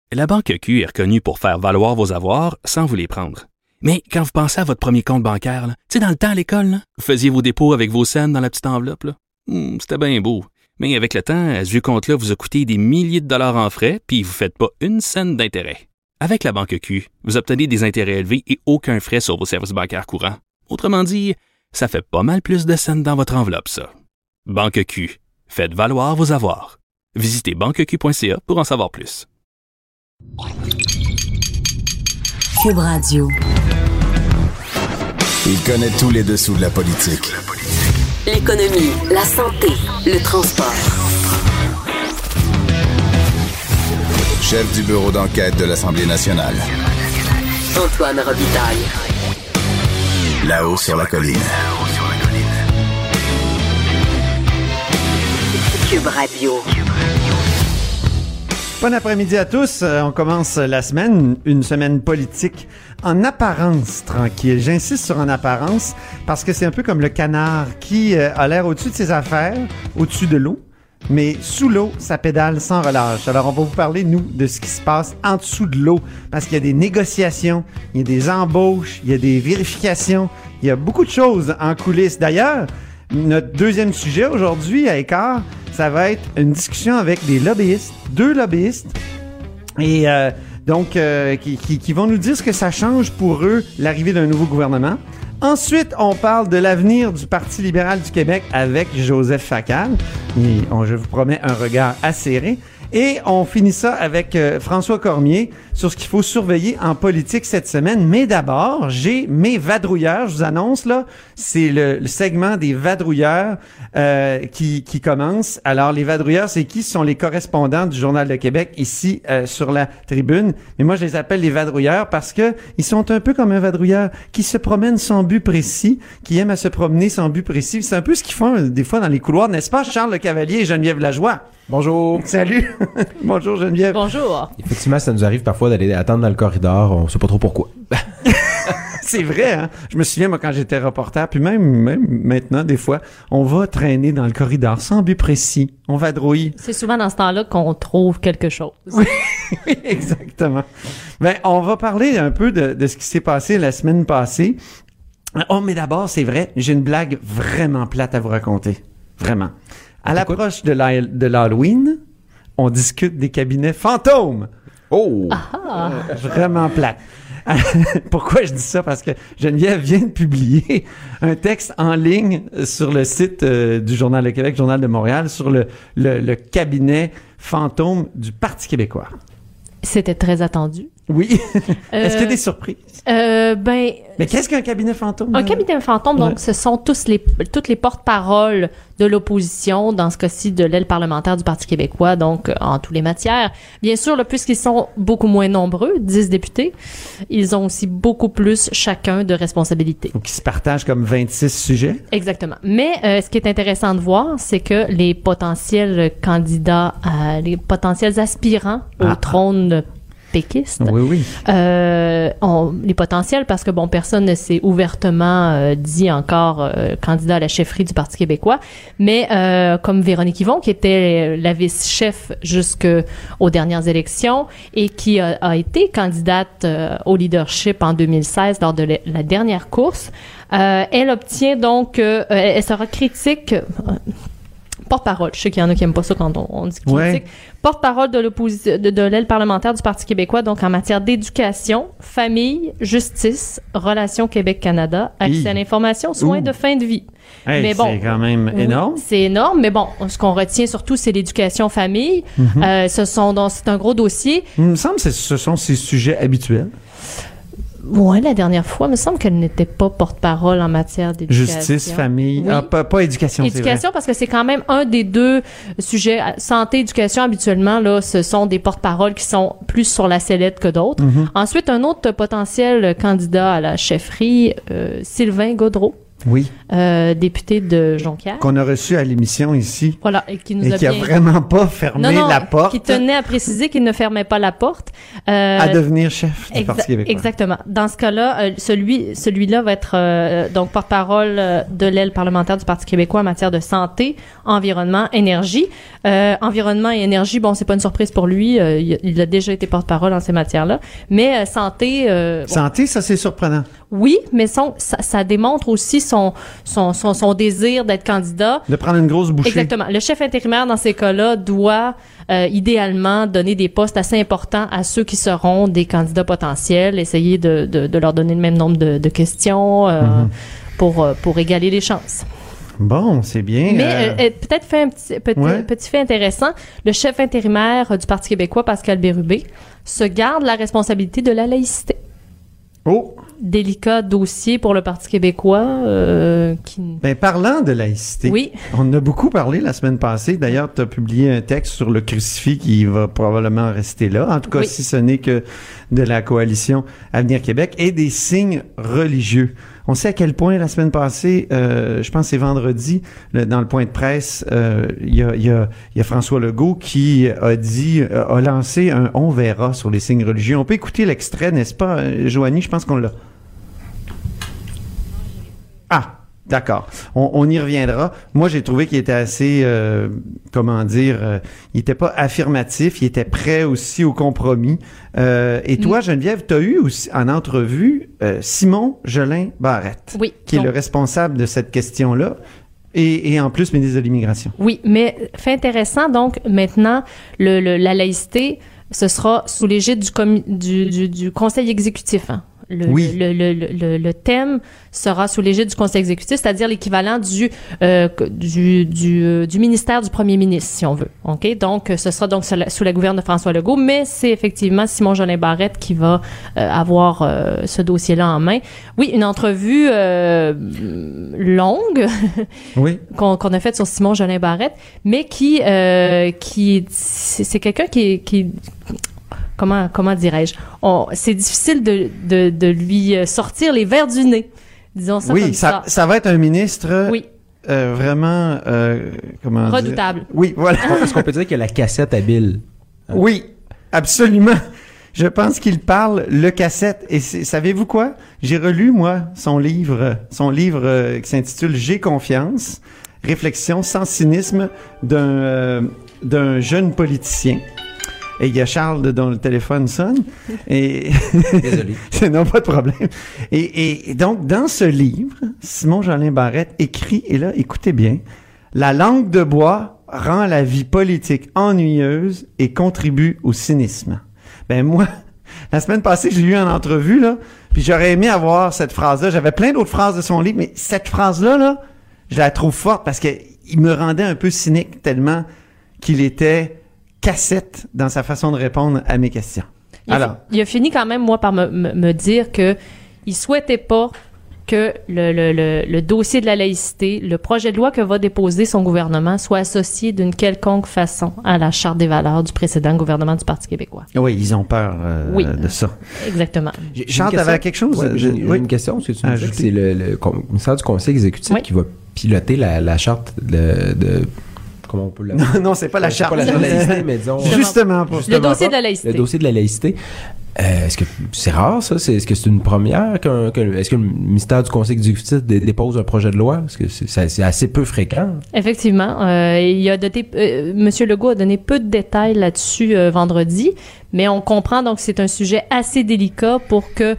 La Banque Q est reconnue pour faire valoir vos avoirs sans vous les prendre. Mais quand vous pensez à votre premier compte bancaire, tu sais, dans le temps à l'école, là, vous faisiez vos dépôts avec vos scènes dans la petite enveloppe. Là. C'était bien beau. Mais avec le temps, ce vieux compte-là vous a coûté des milliers de dollars en frais, puis vous ne faites pas une scène d'intérêt. Avec la Banque Q, vous obtenez des intérêts élevés et aucun frais sur vos services bancaires courants. Autrement dit, ça fait pas mal plus de scènes dans votre enveloppe, ça. Banque Q. Faites valoir vos avoirs. Visitez banqueq.ca pour en savoir plus. Cube Radio. Il connaît tous les dessous de la politique. L'économie, la santé, le transport. Chef du bureau d'enquête de l'Assemblée nationale. Antoine Robitaille. Là-haut sur la colline. Cube Radio. Bon après-midi à tous. On commence la semaine, une semaine politique en apparence tranquille. J'insiste sur en apparence parce que c'est un peu comme le canard qui a l'air au-dessus de ses affaires, au-dessus de l'eau, mais sous l'eau, ça pédale sans relâche. Alors, on va vous parler, nous, de ce qui se passe en dessous de l'eau parce qu'il y a des négociations, il y a des embauches, il y a des vérifications, il y a beaucoup de choses en coulisses. D'ailleurs, notre deuxième sujet aujourd'hui à Écart, ça va être une discussion avec des lobbyistes, 2 lobbyistes, et qui vont nous dire ce que ça change pour eux, l'arrivée d'un nouveau gouvernement. Ensuite, on parle de l'avenir du Parti libéral du Québec avec Joseph Facal. Et je vous promets un regard acéré. Et on finit ça avec François Cormier sur ce qu'il faut surveiller en politique cette semaine. Mais d'abord, j'ai mes vadrouilleurs. Je vous annonce, là, c'est le segment des vadrouilleurs qui commence. Alors, les vadrouilleurs, c'est qui? Ce sont les correspondants du Journal de Québec ici sur la tribune. Mais moi, je les appelle les vadrouilleurs parce que ils sont un peu comme un vadrouilleur qui se promène sans but précis, qui aime à se promener sans but précis. C'est un peu ce qu'ils font des fois dans les couloirs, n'est-ce pas, Charles Le Cavalier et Geneviève Lajoie? Bonjour. Salut. Bonjour Geneviève. Bonjour. Effectivement, ça nous arrive parfois d'aller attendre dans le corridor. On sait pas trop pourquoi. C'est vrai, hein? Je me souviens, moi, quand j'étais reporter, puis même maintenant, des fois, on va traîner dans le corridor sans but précis. On vadrouille. C'est souvent dans ce temps-là qu'on trouve quelque chose. Oui, exactement. Ben, on va parler un peu de ce qui s'est passé la semaine passée. Oh, mais d'abord, c'est vrai, j'ai une blague vraiment plate à vous raconter. Vraiment. À l'approche de l'Halloween, on discute des cabinets fantômes. Oh! Ah! Vraiment plate. Pourquoi je dis ça? Parce que Geneviève vient de publier un texte en ligne sur le site du Journal de Québec, Journal de Montréal, sur le cabinet fantôme du Parti québécois. C'était très attendu. Oui. Est-ce qu'il y a des surprises? Mais qu'est-ce qu'un cabinet fantôme? Un cabinet fantôme, donc, ce sont toutes les porte-paroles de l'opposition, dans ce cas-ci de l'aile parlementaire du Parti québécois, donc en toutes les matières. Bien sûr, là, puisqu'ils sont beaucoup moins nombreux, 10 députés, ils ont aussi beaucoup plus chacun de responsabilités. Donc, ils se partagent comme 26 sujets? Exactement. Mais ce qui est intéressant de voir, c'est que les potentiels candidats, les potentiels aspirants au trône péquistes. Oui. Les potentiels, parce que personne ne s'est ouvertement dit encore candidat à la chefferie du Parti québécois, mais comme Véronique Yvon, qui était la vice-chef jusqu'aux dernières élections et qui a été candidate au leadership en 2016 lors de la dernière course, elle obtient donc, elle sera critique. Porte-parole. Je sais qu'il y en a qui n'aiment pas ça quand on dit critique. Ouais. Porte-parole de l'opposition, de l'aile parlementaire du Parti québécois, donc en matière d'éducation, famille, justice, relations Québec-Canada, accès à l'information, soins de fin de vie. Hey, mais c'est quand même énorme. C'est énorme, mais ce qu'on retient surtout, c'est l'éducation-famille. C'est un gros dossier. Il me semble que ce sont ces sujets habituels. Oui, la dernière fois, il me semble qu'elle n'était pas porte-parole en matière d'éducation. Justice, famille, oui. pas éducation, c'est vrai. Éducation, parce que c'est quand même un des 2 sujets. Santé, éducation, habituellement, là, ce sont des porte-paroles qui sont plus sur la sellette que d'autres. Ensuite, un autre potentiel candidat à la chefferie, Sylvain Gaudreault. Oui. Député de Jonquière. Qu'on a reçu à l'émission ici. Voilà, et qui nous a qui a vraiment pas fermé la porte. Qui tenait à préciser qu'il ne fermait pas la porte. À devenir chef du Parti québécois. Exactement. Dans ce cas-là, celui-là va être donc porte-parole de l'aile parlementaire du Parti québécois en matière de santé, environnement, énergie. Environnement et énergie, bon, c'est pas une surprise pour lui. Il a déjà été porte-parole dans ces matières-là. Mais santé... Santé, ça, c'est surprenant. Oui, mais ça démontre aussi son désir d'être candidat. De prendre une grosse bouchée. Exactement. Le chef intérimaire, dans ces cas-là, doit idéalement donner des postes assez importants à ceux qui seront des candidats potentiels, essayer de leur donner le même nombre de questions pour égaler les chances. Bon, c'est bien. Mais peut-être fait un petit fait intéressant. Le chef intérimaire du Parti québécois, Pascal Bérubé, se garde la responsabilité de la laïcité. Oh! Délicat dossier pour le Parti québécois. Parlant de laïcité, oui. On en a beaucoup parlé la semaine passée. D'ailleurs, tu as publié un texte sur le crucifix qui va probablement rester là. En tout cas, si ce n'est que de la coalition Avenir Québec et des signes religieux. On sait à quel point la semaine passée, je pense que c'est vendredi, dans le point de presse, il y a François Legault qui a lancé un « on verra » sur les signes religieux. On peut écouter l'extrait, n'est-ce pas, Joanie? Je pense qu'on l'a. Ah! D'accord. On y reviendra. Moi, j'ai trouvé qu'il était assez, il était pas affirmatif, il était prêt aussi au compromis. Et toi, Geneviève, tu as eu aussi en entrevue Simon Jolin Barrette, qui est le responsable de cette question-là. Et en plus, ministre de l'Immigration. Oui, mais fait intéressant, donc, maintenant, la laïcité, ce sera sous l'égide du Conseil exécutif, hein. Le thème sera sous l'égide du Conseil exécutif, c'est-à-dire l'équivalent du ministère du Premier ministre, si on veut. Ok, donc ce sera donc sous la gouverne de François Legault, mais c'est effectivement Simon Jolin Barrette qui va avoir ce dossier-là en main. Oui, une entrevue longue qu'on a faite sur Simon Jolin Barrette, mais qui c'est quelqu'un qui comment dirais-je? C'est difficile de lui sortir les vers du nez. Disons ça comme ça. Oui, ça va être un ministre vraiment, redoutable. Dire? Oui, voilà. Est-ce qu'on peut dire qu'il y a la cassette habile? Hein? Oui, absolument. Je pense qu'il parle le cassette. Et savez-vous quoi? J'ai relu, moi, son livre qui s'intitule « J'ai confiance. Réflexion sans cynisme d'un jeune politicien ». Et il y a Charles dont le téléphone sonne. Et désolé. Non, pas de problème. Et donc, dans ce livre, Simon Jolin Barrette écrit, et là, écoutez bien, « La langue de bois rend la vie politique ennuyeuse et contribue au cynisme. » Ben moi, la semaine passée, je l'ai eu en entrevue, là, puis j'aurais aimé avoir cette phrase-là. J'avais plein d'autres phrases de son livre, mais cette phrase-là, je la trouve forte parce qu'il me rendait un peu cynique tellement qu'il était cassette dans sa façon de répondre à mes questions. Il a fini quand même, moi, par me dire que il souhaitait pas que le dossier de la laïcité, le projet de loi que va déposer son gouvernement, soit associé d'une quelconque façon à la Charte des valeurs du précédent gouvernement du Parti québécois. Oui, ils ont peur de ça. Exactement. Charles, t'avais quelque chose? J'ai une question, parce que tu me disais que c'est le ministère du Conseil exécutif qui va piloter la Charte de comment on peut l'appeler? Non, c'est pas la charte. C'est pas la charte de la laïcité, mais disons... Justement pas. Le dossier de la laïcité. Le dossier de la laïcité. Est-ce que c'est rare, ça? Est-ce que c'est une première? Est-ce que le ministère du Conseil exécutif dépose un projet de loi? Parce que c'est assez peu fréquent. Effectivement. M. Legault a donné peu de détails là-dessus vendredi, mais on comprend donc que c'est un sujet assez délicat pour que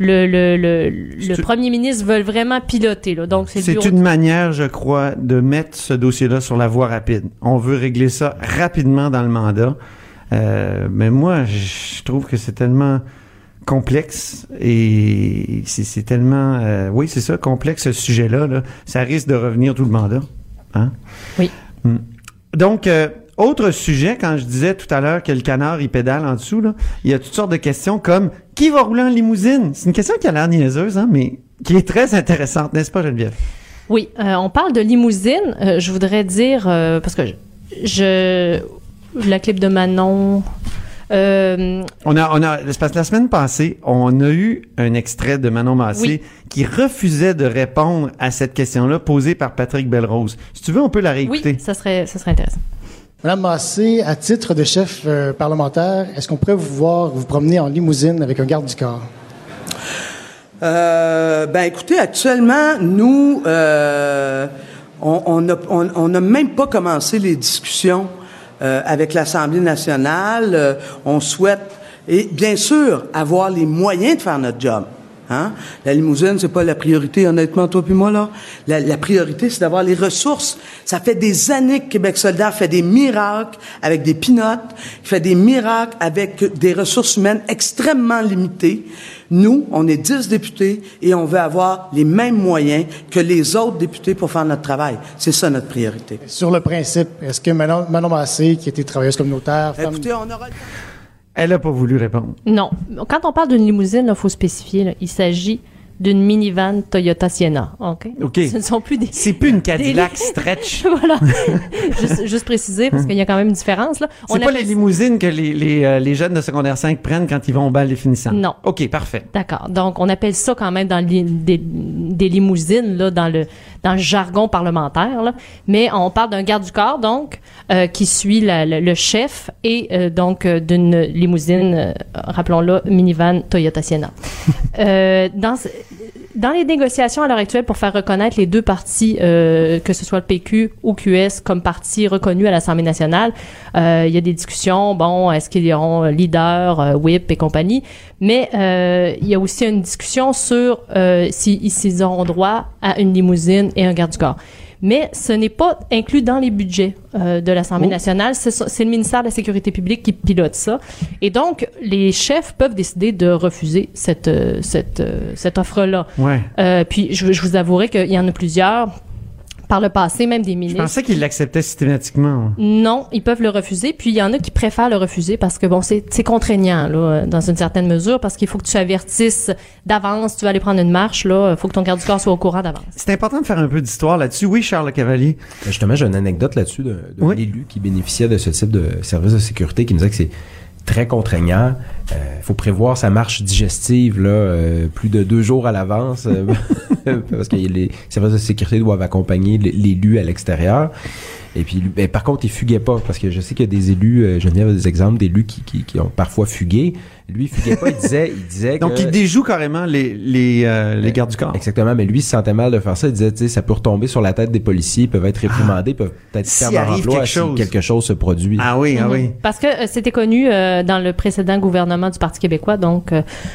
le premier ministre veuille vraiment piloter. Là. Donc, c'est une manière, je crois, de mettre ce dossier-là sur la voie rapide. On veut régler ça rapidement dans le mandat. Mais moi, je trouve que c'est tellement complexe et c'est tellement... oui, c'est ça, complexe ce sujet-là. Là. Ça risque de revenir tout le mandat. Hein? Oui. Donc, autre sujet, quand je disais tout à l'heure que le canard, il pédale en dessous, là, il y a toutes sortes de questions comme « Qui va rouler en limousine? » C'est une question qui a l'air niaiseuse, hein, mais qui est très intéressante, n'est-ce pas, Geneviève? Oui, on parle de limousine. Je voudrais dire, parce que la clip de Manon La semaine passée, on a eu un extrait de Manon Massé qui refusait de répondre à cette question-là posée par Patrick Belrose. Si tu veux, on peut la réécouter. Oui, ça serait intéressant. Madame Massé, à titre de chef parlementaire, est-ce qu'on pourrait vous voir vous promener en limousine avec un garde du corps? Écoutez, actuellement, nous, on n'a même pas commencé les discussions avec l'Assemblée nationale. On souhaite, et bien sûr, avoir les moyens de faire notre job. Hein? La limousine, c'est pas la priorité, honnêtement, toi puis moi, là. La priorité, c'est d'avoir les ressources. Ça fait des années que Québec solidaire fait des miracles avec des pinottes, fait des miracles avec des ressources humaines extrêmement limitées. Nous, on est 10 députés et on veut avoir les mêmes moyens que les autres députés pour faire notre travail. C'est ça notre priorité. Sur le principe, est-ce que Manon Massé, qui était travailleuse communautaire... Écoutez, on aura... Elle n'a pas voulu répondre. Non. Quand on parle d'une limousine, il faut spécifier, là, il s'agit d'une minivan Toyota Sienna. OK? Ce ne sont plus des... C'est plus une Cadillac Stretch. Voilà. juste préciser, parce qu'il y a quand même une différence, là. C'est pas les limousines que les jeunes de secondaire 5 prennent quand ils vont au bal des finissants. Non. OK, parfait. D'accord. Donc, on appelle ça quand même des limousines, là, dans le jargon parlementaire, là. Mais on parle d'un garde du corps, donc, qui suit le chef et donc d'une limousine, rappelons-le, minivan Toyota Sienna. Dans les négociations à l'heure actuelle pour faire reconnaître les deux partis, que ce soit le PQ ou QS comme partis reconnus à l'Assemblée nationale, il y a des discussions, est-ce qu'ils auront leader, whip et compagnie, mais il y a aussi une discussion sur s'ils auront droit à une limousine et un garde du corps. Mais ce n'est pas inclus dans les budgets de l'Assemblée nationale. C'est le ministère de la Sécurité publique qui pilote ça. Et donc, les chefs peuvent décider de refuser cette offre-là. Ouais. Puis, je vous avouerai qu'il y en a plusieurs. Par le passé, même des ministres. Je pensais qu'ils l'acceptaient systématiquement. Non, ils peuvent le refuser. Puis il y en a qui préfèrent le refuser parce que c'est contraignant là, dans une certaine mesure, parce qu'il faut que tu avertisses d'avance. Tu vas aller prendre une marche là. Il faut que ton garde du corps soit au courant d'avance. C'est important de faire un peu d'histoire là-dessus. Oui, Charles Le Cavalier. Justement, j'ai une anecdote là-dessus d'un élu qui bénéficiait de ce type de service de sécurité, qui me disait que c'est très contraignant. Faut prévoir sa marche digestive là, plus de 2 jours à l'avance parce que les services de sécurité doivent accompagner l'élu à l'extérieur. Et puis, par contre, il fuguait pas, parce que je sais qu'il y a des élus, Geneviève a des exemples d'élus qui ont parfois fugué. Lui, il fuguait pas, il disait donc, il déjoue carrément les gardes du corps. Exactement, mais lui, il se sentait mal de faire ça. Il disait, tu sais, ça peut retomber sur la tête des policiers, ils peuvent être réprimandés, peuvent peut-être faire leur emploi si quelque chose se produit. Ah oui, ah oui. Parce que c'était connu dans le précédent gouvernement du Parti québécois, donc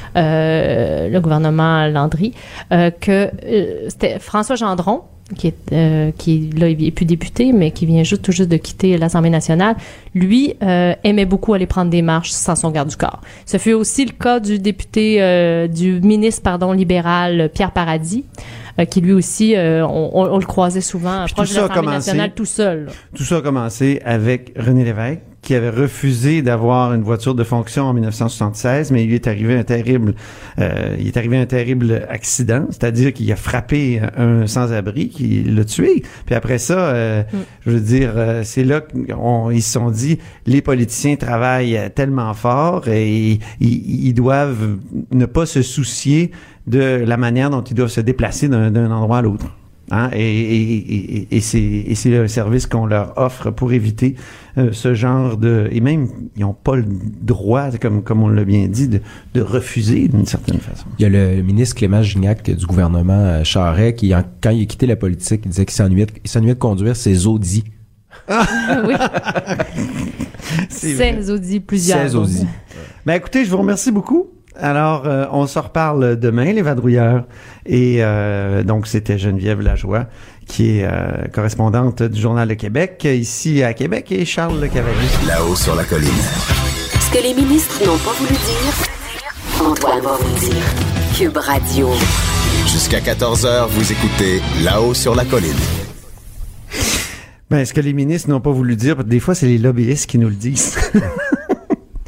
le gouvernement Landry, que c'était François Gendron, qui là, il est plus député, mais qui vient tout juste de quitter l'Assemblée nationale, lui aimait beaucoup aller prendre des marches sans son garde du corps. Ce fut aussi le cas du député, du ministre, libéral, Pierre Paradis, qui lui aussi, on le croisait souvent proche de l'Assemblée nationale tout seul. Tout ça a commencé avec René Lévesque, qui avait refusé d'avoir une voiture de fonction en 1976, mais il est arrivé un terrible accident, c'est-à-dire qu'il a frappé un sans-abri qui l'a tué. Puis après ça, je veux dire, c'est là qu'ils se sont dit, les politiciens travaillent tellement fort et ils doivent ne pas se soucier de la manière dont ils doivent se déplacer d'un endroit à l'autre. Hein? Et c'est un service qu'on leur offre pour éviter ce genre de... Et même, ils n'ont pas le droit, comme on l'a bien dit, de refuser d'une certaine façon. Il y a le ministre Clément Gignac du gouvernement Charest qui, quand il a quitté la politique, il disait qu'il s'ennuyait de conduire ses Audi. Oui. C'est Audi, plusieurs. 16 Audi. Ben écoutez, je vous remercie beaucoup. Alors, on se reparle demain, les vadrouilleurs. Et donc, c'était Geneviève Lajoie, qui est correspondante du Journal de Québec, ici à Québec, et Charles Le Cavalier. Là-haut sur la colline. Ce que les ministres n'ont pas voulu dire, Antoine va vous dire. Cube Radio. Jusqu'à 14h, vous écoutez Là-haut sur la colline. Ben, ce que les ministres n'ont pas voulu dire, des fois, c'est les lobbyistes qui nous le disent.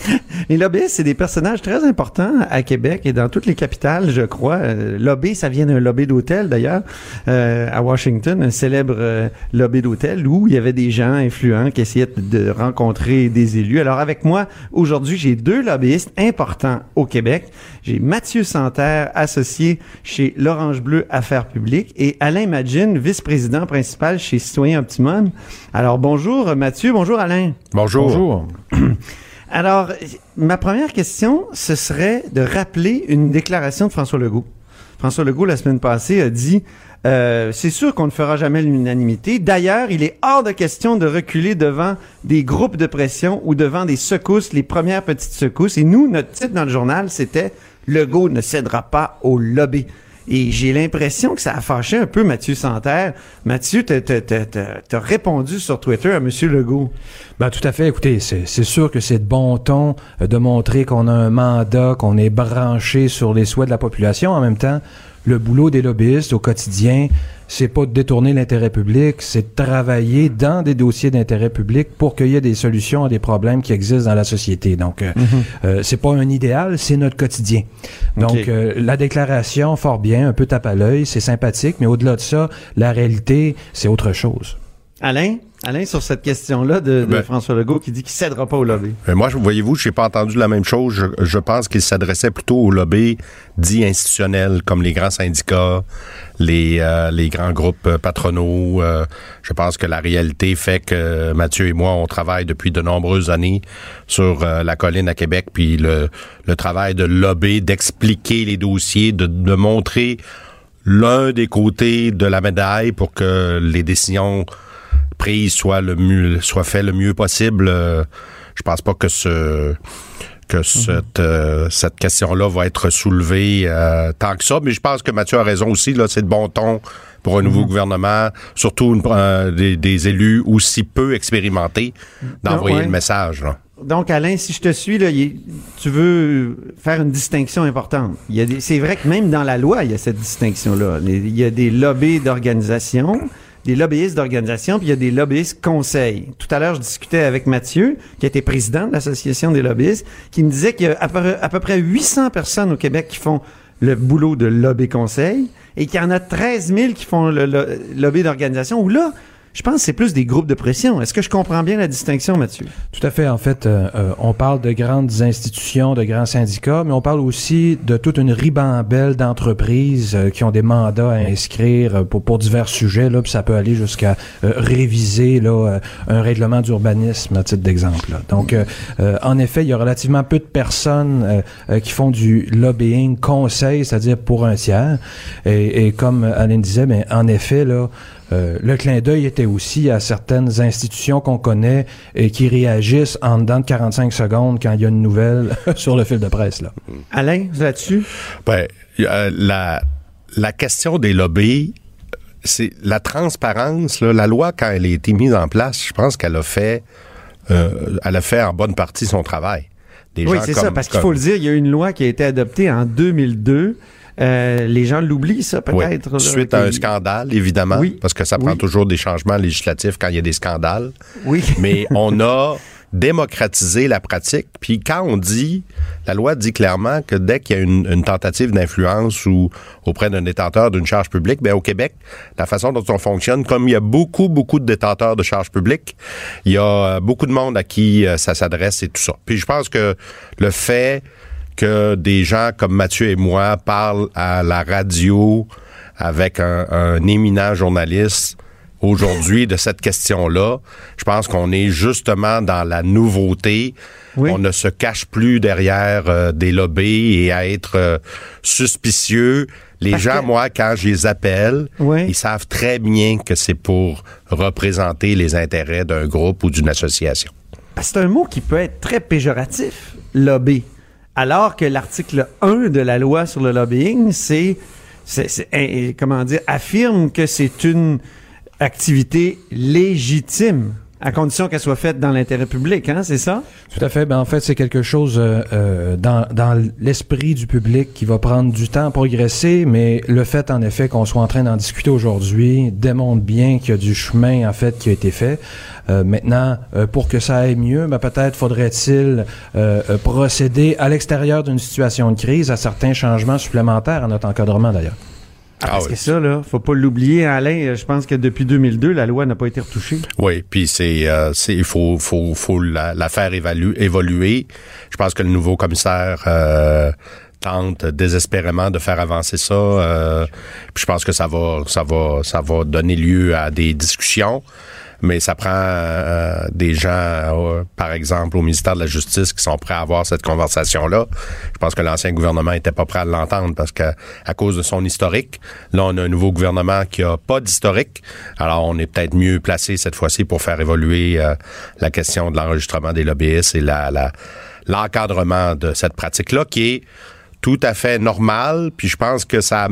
Les lobbyistes, c'est des personnages très importants à Québec et dans toutes les capitales, je crois. Lobby, ça vient d'un lobby d'hôtel, d'ailleurs, à Washington, un célèbre lobby d'hôtel où il y avait des gens influents qui essayaient de rencontrer des élus. Alors, avec moi, aujourd'hui, j'ai 2 lobbyistes importants au Québec. J'ai Mathieu Santerre, associé chez l'Orange Bleu Affaires publiques, et Alain Madjine, vice-président principal chez Citoyens Optimum. Alors, bonjour Mathieu, bonjour Alain. Bonjour. Alors, ma première question, ce serait de rappeler une déclaration de François Legault. François Legault, la semaine passée, a dit c'est sûr qu'on ne fera jamais l'unanimité. D'ailleurs, il est hors de question de reculer devant des groupes de pression ou devant des secousses, les premières petites secousses. Et nous, notre titre dans le journal, c'était « Legault ne cédera pas au lobby ». Et j'ai l'impression que ça a fâché un peu Mathieu Santerre. Mathieu, t'as répondu sur Twitter à M. Legault. Ben, tout à fait. Écoutez, c'est sûr que c'est de bon ton de montrer qu'on a un mandat, qu'on est branché sur les souhaits de la population. En même temps, le boulot des lobbyistes au quotidien, c'est pas de détourner l'intérêt public, c'est de travailler dans des dossiers d'intérêt public pour qu'il y ait des solutions à des problèmes qui existent dans la société. Donc, c'est pas un idéal, c'est notre quotidien. Donc, la déclaration, fort bien, un peu tape à l'œil, c'est sympathique, mais au-delà de ça, la réalité, c'est autre chose. Alain, sur cette question-là de François Legault qui dit qu'il ne cédera pas au lobby. Moi, voyez-vous, je n'ai pas entendu la même chose. Je pense qu'il s'adressait plutôt au lobby dit institutionnel, comme les grands syndicats, les grands groupes patronaux. Je pense que la réalité fait que Mathieu et moi, on travaille depuis de nombreuses années sur la colline à Québec, puis le travail de lobby, d'expliquer les dossiers, de montrer l'un des côtés de la médaille pour que les décisions prises soit fait le mieux possible. Je pense pas que cette question-là va être soulevée tant que ça, mais je pense que Mathieu a raison aussi, là, c'est de bon ton pour un nouveau gouvernement, surtout des élus aussi peu expérimentés, d'envoyer le message, là. Donc, Alain, si je te suis, là, tu veux faire une distinction importante. C'est vrai que même dans la loi, il y a cette distinction-là. Il y a des lobbies d'organisation, des lobbyistes d'organisation, puis il y a des lobbyistes conseils. Tout à l'heure, je discutais avec Mathieu, qui était président de l'Association des lobbyistes, qui me disait qu'il y a à peu près 800 personnes au Québec qui font le boulot de lobby conseil et qu'il y en a 13 000 qui font le lobby d'organisation, où là, je pense que c'est plus des groupes de pression. Est-ce que je comprends bien la distinction, Mathieu? Tout à fait. En fait, on parle de grandes institutions, de grands syndicats, mais on parle aussi de toute une ribambelle d'entreprises qui ont des mandats à inscrire pour divers sujets. Là, puis ça peut aller jusqu'à réviser là un règlement d'urbanisme, à titre d'exemple. Là. Donc, en effet, il y a relativement peu de personnes qui font du lobbying conseil, c'est-à-dire pour un tiers. Et comme Alain disait, mais en effet, là, le clin d'œil était aussi à certaines institutions qu'on connaît et qui réagissent en dedans de 45 secondes quand il y a une nouvelle sur le fil de presse, là. Alain, là-dessus? Ben, la question des lobbies, c'est la transparence, là, la loi, quand elle a été mise en place, je pense qu'elle a fait en bonne partie son travail. Oui, c'est ça, parce qu'il faut le dire, il y a une loi qui a été adoptée en 2002. Les gens l'oublient, ça, peut-être. Oui. Suite à un scandale, évidemment, parce que ça prend toujours des changements législatifs quand il y a des scandales. Oui. Mais on a démocratisé la pratique. Puis quand on dit, la loi dit clairement que dès qu'il y a une tentative d'influence ou auprès d'un détenteur d'une charge publique, bien au Québec, la façon dont on fonctionne, comme il y a beaucoup de détenteurs de charges publiques, il y a beaucoup de monde à qui ça s'adresse et tout ça. Puis je pense que le fait que des gens comme Mathieu et moi parlent à la radio avec un éminent journaliste aujourd'hui de cette question-là, je pense qu'on est justement dans la nouveauté. Oui. On ne se cache plus derrière des lobbies et à être suspicieux. Les gens, moi, quand je les appelle, ils savent très bien que c'est pour représenter les intérêts d'un groupe ou d'une association. C'est un mot qui peut être très péjoratif, lobby. Alors que l'article 1 de la loi sur le lobbying, affirme que c'est une activité légitime À condition qu'elle soit faite dans l'intérêt public, hein, c'est ça? Tout à fait. En fait, c'est quelque chose dans l'esprit du public qui va prendre du temps à progresser, mais le fait, en effet, qu'on soit en train d'en discuter aujourd'hui démontre bien qu'il y a du chemin, en fait, qui a été fait. Maintenant, pour que ça aille mieux, peut-être faudrait-il procéder à l'extérieur d'une situation de crise à certains changements supplémentaires à notre encadrement, d'ailleurs. Parce que ça, là, faut pas l'oublier, Alain. Je pense que depuis 2002, la loi n'a pas été retouchée. Oui, puis il faut la faire évoluer. Je pense que le nouveau commissaire tente désespérément de faire avancer ça. Puis je pense que ça va donner lieu à des discussions. Mais ça prend des gens, par exemple, au ministère de la Justice, qui sont prêts à avoir cette conversation-là. Je pense que l'ancien gouvernement était pas prêt à l'entendre parce que à cause de son historique, là, on a un nouveau gouvernement qui a pas d'historique. Alors, on est peut-être mieux placé cette fois-ci pour faire évoluer la question de l'enregistrement des lobbyistes et l'encadrement de cette pratique-là qui est tout à fait normal, puis je pense que ça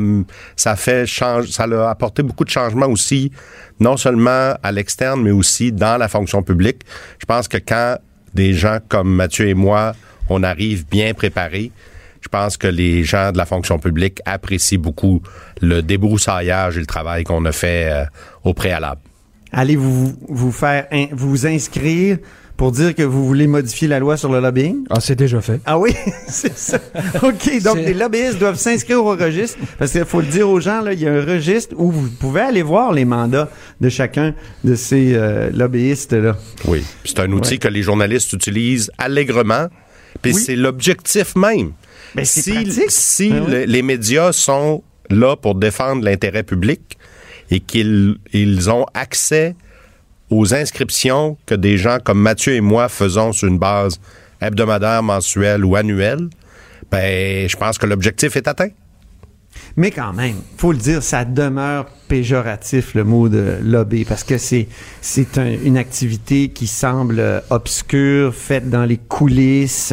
a apporté beaucoup de changements aussi, non seulement à l'externe, mais aussi dans la fonction publique. Je pense que quand des gens comme Mathieu et moi, on arrive bien préparés, je pense que les gens de la fonction publique apprécient beaucoup le débroussaillage et le travail qu'on a fait au préalable. Allez-vous vous inscrire pour dire que vous voulez modifier la loi sur le lobbying? Ah, c'est déjà fait. Ah oui? C'est ça. OK, donc les lobbyistes doivent s'inscrire au registre, parce qu'il faut le dire aux gens, là, il y a un registre où vous pouvez aller voir les mandats de chacun de ces lobbyistes-là. Oui, c'est un outil que les journalistes utilisent allègrement, puis c'est l'objectif même. Ben, c'est pratique. Si les médias sont là pour défendre l'intérêt public et qu'ils ont accès aux inscriptions que des gens comme Mathieu et moi faisons sur une base hebdomadaire, mensuelle ou annuelle, je pense que l'objectif est atteint. Mais quand même, faut le dire, ça demeure péjoratif, le mot de lobby, parce que c'est une activité qui semble obscure, faite dans les coulisses,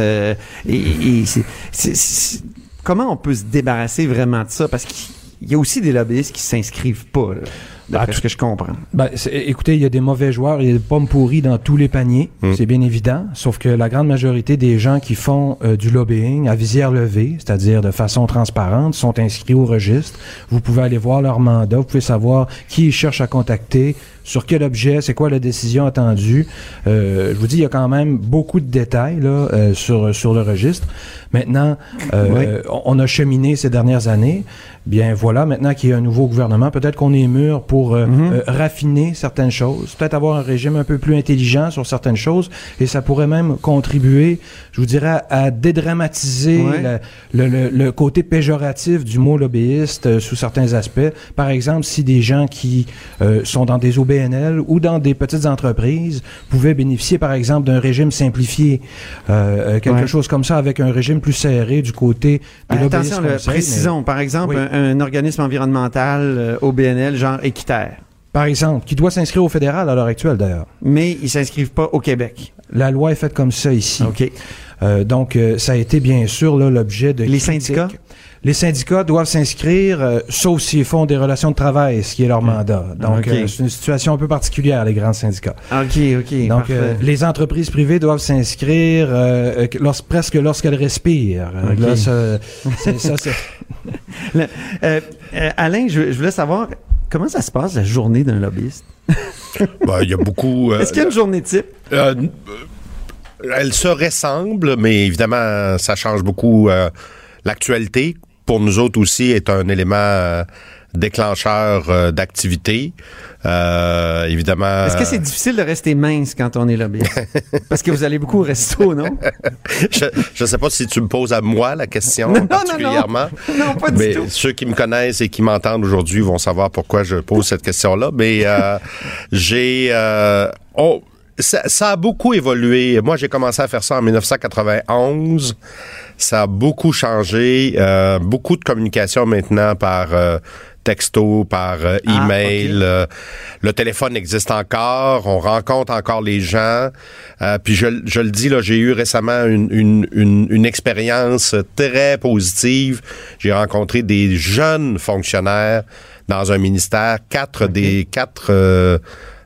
comment on peut se débarrasser vraiment de ça? Parce qu'il y a aussi des lobbyistes qui s'inscrivent pas, là. D'après ce que je comprends. Écoutez, il y a des mauvais joueurs, il y a des pommes pourries dans tous les paniers, c'est bien évident, sauf que la grande majorité des gens qui font du lobbying à visière levée, c'est-à-dire de façon transparente, sont inscrits au registre. Vous pouvez aller voir leur mandat, vous pouvez savoir qui ils cherchent à contacter, sur quel objet, c'est quoi la décision attendue. Je vous dis, il y a quand même beaucoup de détails là sur le registre. Maintenant, on a cheminé ces dernières années. Bien voilà, maintenant qu'il y a un nouveau gouvernement, peut-être qu'on est mûr pour raffiner certaines choses, peut-être avoir un régime un peu plus intelligent sur certaines choses, et ça pourrait même contribuer, je vous dirais, à dédramatiser le côté péjoratif du mot lobbyiste sous certains aspects. Par exemple, si des gens qui sont dans des OBNL ou dans des petites entreprises pouvaient bénéficier, par exemple, d'un régime simplifié, quelque chose comme ça, avec un régime plus serré du côté des lobbyistes. Attention, précisons, par exemple, un organisme environnemental OBNL, genre Équiterre. Par exemple, qui doit s'inscrire au fédéral à l'heure actuelle, d'ailleurs. Mais ils s'inscrivent pas au Québec. La loi est faite comme ça ici. OK. Donc, ça a été bien sûr là, l'objet de les critiques. Syndicats? Les syndicats doivent s'inscrire, sauf s'ils font des relations de travail, ce qui est leur mandat. Donc, c'est une situation un peu particulière, les grands syndicats. OK. Donc, les entreprises privées doivent s'inscrire presque lorsqu'elles respirent. Là, Alain, je voulais savoir, comment ça se passe, la journée d'un lobbyiste? Il y a beaucoup... Est-ce qu'il y a une journée type? Elle se ressemble, mais évidemment, ça change beaucoup. L'actualité, pour nous autres aussi, est un élément déclencheur d'activité. Évidemment... Est-ce que c'est difficile de rester mince quand on est lobbyiste? Parce que vous allez beaucoup au resto, non? Je sais pas si tu me poses à moi la question particulièrement. Non, pas du tout. Mais ceux qui me connaissent et qui m'entendent aujourd'hui vont savoir pourquoi je pose cette question-là. Mais ça a beaucoup évolué. Moi, j'ai commencé à faire ça en 1991. Ça a beaucoup changé. Beaucoup de communication maintenant par texto, par email. Le téléphone existe encore. On rencontre encore les gens. Puis je le dis, là, j'ai eu récemment une expérience très positive. J'ai rencontré des jeunes fonctionnaires dans un ministère. Quatre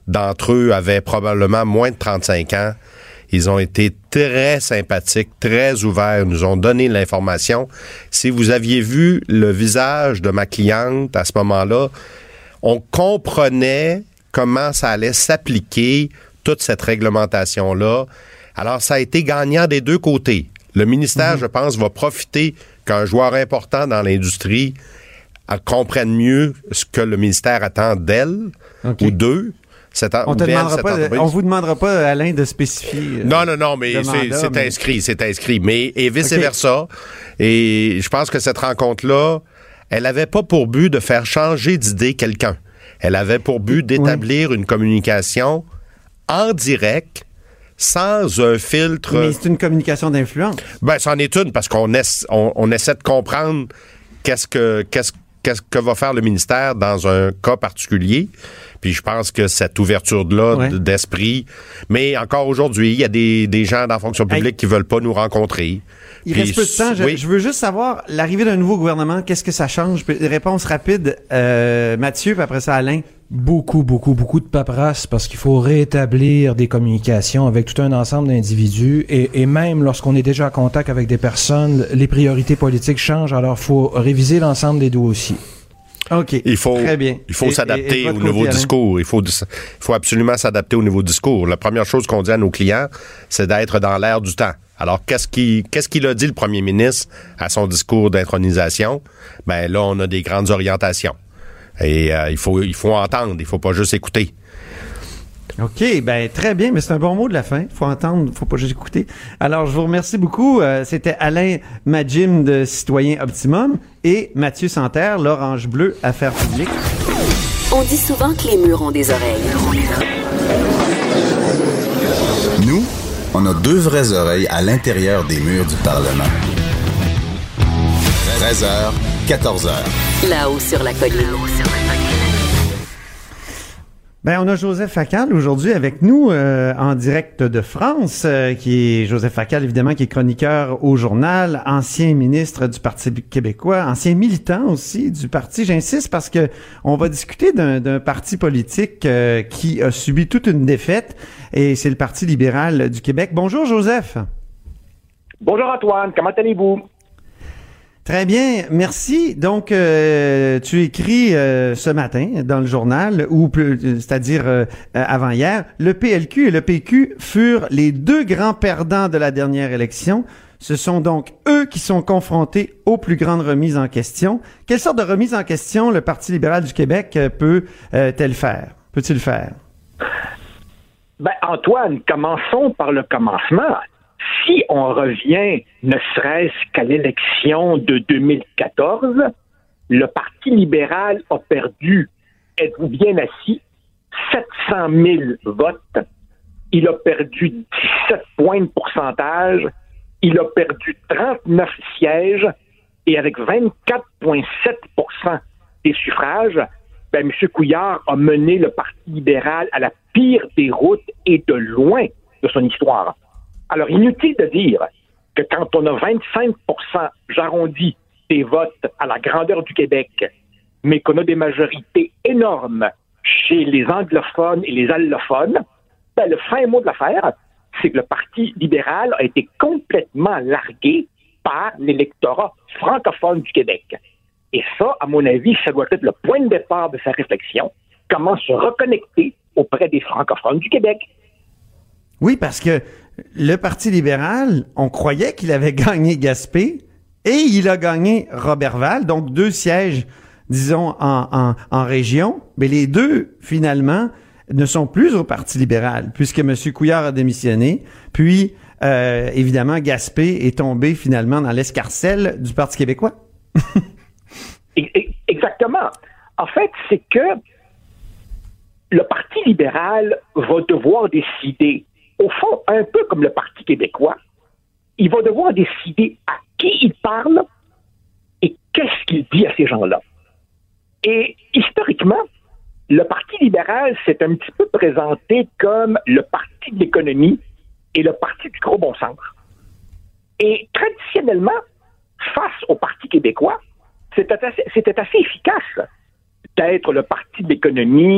d'entre eux avaient probablement moins de 35 ans. Ils ont été très sympathiques, très ouverts, nous ont donné l'information. Si vous aviez vu le visage de ma cliente à ce moment-là, on comprenait comment ça allait s'appliquer, toute cette réglementation-là. Alors, ça a été gagnant des deux côtés. Le ministère, je pense, va profiter qu'un joueur important dans l'industrie comprenne mieux ce que le ministère attend d'elle ou d'eux. On vous demandera pas, Alain, de spécifier. Non, mais c'est inscrit. Mais et vice-versa. Et je pense que cette rencontre-là, elle avait pas pour but de faire changer d'idée quelqu'un. Elle avait pour but d'établir une communication en direct, sans un filtre. Mais c'est une communication d'influence. Ben, c'en est une, parce qu'on essaie de comprendre qu'est-ce que va faire le ministère dans un cas particulier. Puis je pense que cette ouverture-là d'esprit, mais encore aujourd'hui, il y a des gens dans la fonction publique qui veulent pas nous rencontrer. Il reste peu de temps. Je veux juste savoir, l'arrivée d'un nouveau gouvernement, qu'est-ce que ça change? Réponse rapide, Mathieu, puis après ça, Alain. Beaucoup de paperasse parce qu'il faut rétablir des communications avec tout un ensemble d'individus et même lorsqu'on est déjà en contact avec des personnes, les priorités politiques changent, alors il faut réviser l'ensemble des dossiers. OK. Très bien. Il faut s'adapter au nouveau discours. Il faut absolument s'adapter au nouveau discours. La première chose qu'on dit à nos clients, c'est d'être dans l'air du temps. Alors, qu'est-ce qu'il a dit le premier ministre à son discours d'intronisation? Ben là, on a des grandes orientations. Et il faut entendre, il faut pas juste écouter. OK, ben très bien, mais c'est un bon mot de la fin. Il faut entendre, il faut pas juste écouter. Alors, je vous remercie beaucoup. C'était Alain Madjim de Citoyen Optimum et Mathieu Santerre, l'Orange Bleu Affaires publiques. On dit souvent que les murs ont des oreilles. Nous, on a deux vraies oreilles à l'intérieur des murs du Parlement. 13h, 14h. Là-haut sur la colline. Ben, on a Joseph Facal aujourd'hui avec nous en direct de France, qui est Joseph Facal, évidemment, qui est chroniqueur au journal, ancien ministre du Parti québécois, ancien militant aussi du parti. J'insiste parce que on va discuter d'un parti politique qui a subi toute une défaite, et c'est le Parti libéral du Québec. Bonjour, Joseph. Bonjour, Antoine. Comment allez-vous? Très bien, merci. Donc, tu écris ce matin dans le journal, c'est-à-dire avant-hier, le PLQ et le PQ furent les deux grands perdants de la dernière élection. Ce sont donc eux qui sont confrontés aux plus grandes remises en question. Quelle sorte de remise en question le Parti libéral du Québec peut-il faire? Ben, Antoine, commençons par le commencement. Si on revient ne serait-ce qu'à l'élection de 2014, le Parti libéral a perdu, êtes-vous bien assis, 700 000 votes. Il a perdu 17 points de pourcentage. Il a perdu 39 sièges. Et avec 24,7% des suffrages, ben, M. Couillard a mené le Parti libéral à la pire déroute et de loin de son histoire. Alors, inutile de dire que quand on a 25%, j'arrondis, des votes à la grandeur du Québec, mais qu'on a des majorités énormes chez les anglophones et les allophones, ben, le fin mot de l'affaire, c'est que le Parti libéral a été complètement largué par l'électorat francophone du Québec. Et ça, à mon avis, ça doit être le point de départ de sa réflexion. Comment se reconnecter auprès des francophones du Québec? Oui, parce que le Parti libéral, on croyait qu'il avait gagné Gaspé et il a gagné Roberval, donc 2 sièges, disons, en région. Mais les deux, finalement, ne sont plus au Parti libéral, puisque M. Couillard a démissionné. Puis, évidemment, Gaspé est tombé finalement dans l'escarcelle du Parti québécois. Exactement. En fait, c'est que le Parti libéral va devoir décider, au fond, un peu comme le Parti québécois, il va devoir décider à qui il parle et qu'est-ce qu'il dit à ces gens-là. Et historiquement, le Parti libéral s'est un petit peu présenté comme le parti de l'économie et le parti du gros bon sens. Et traditionnellement, face au Parti québécois, c'était assez efficace d'être le parti de l'économie,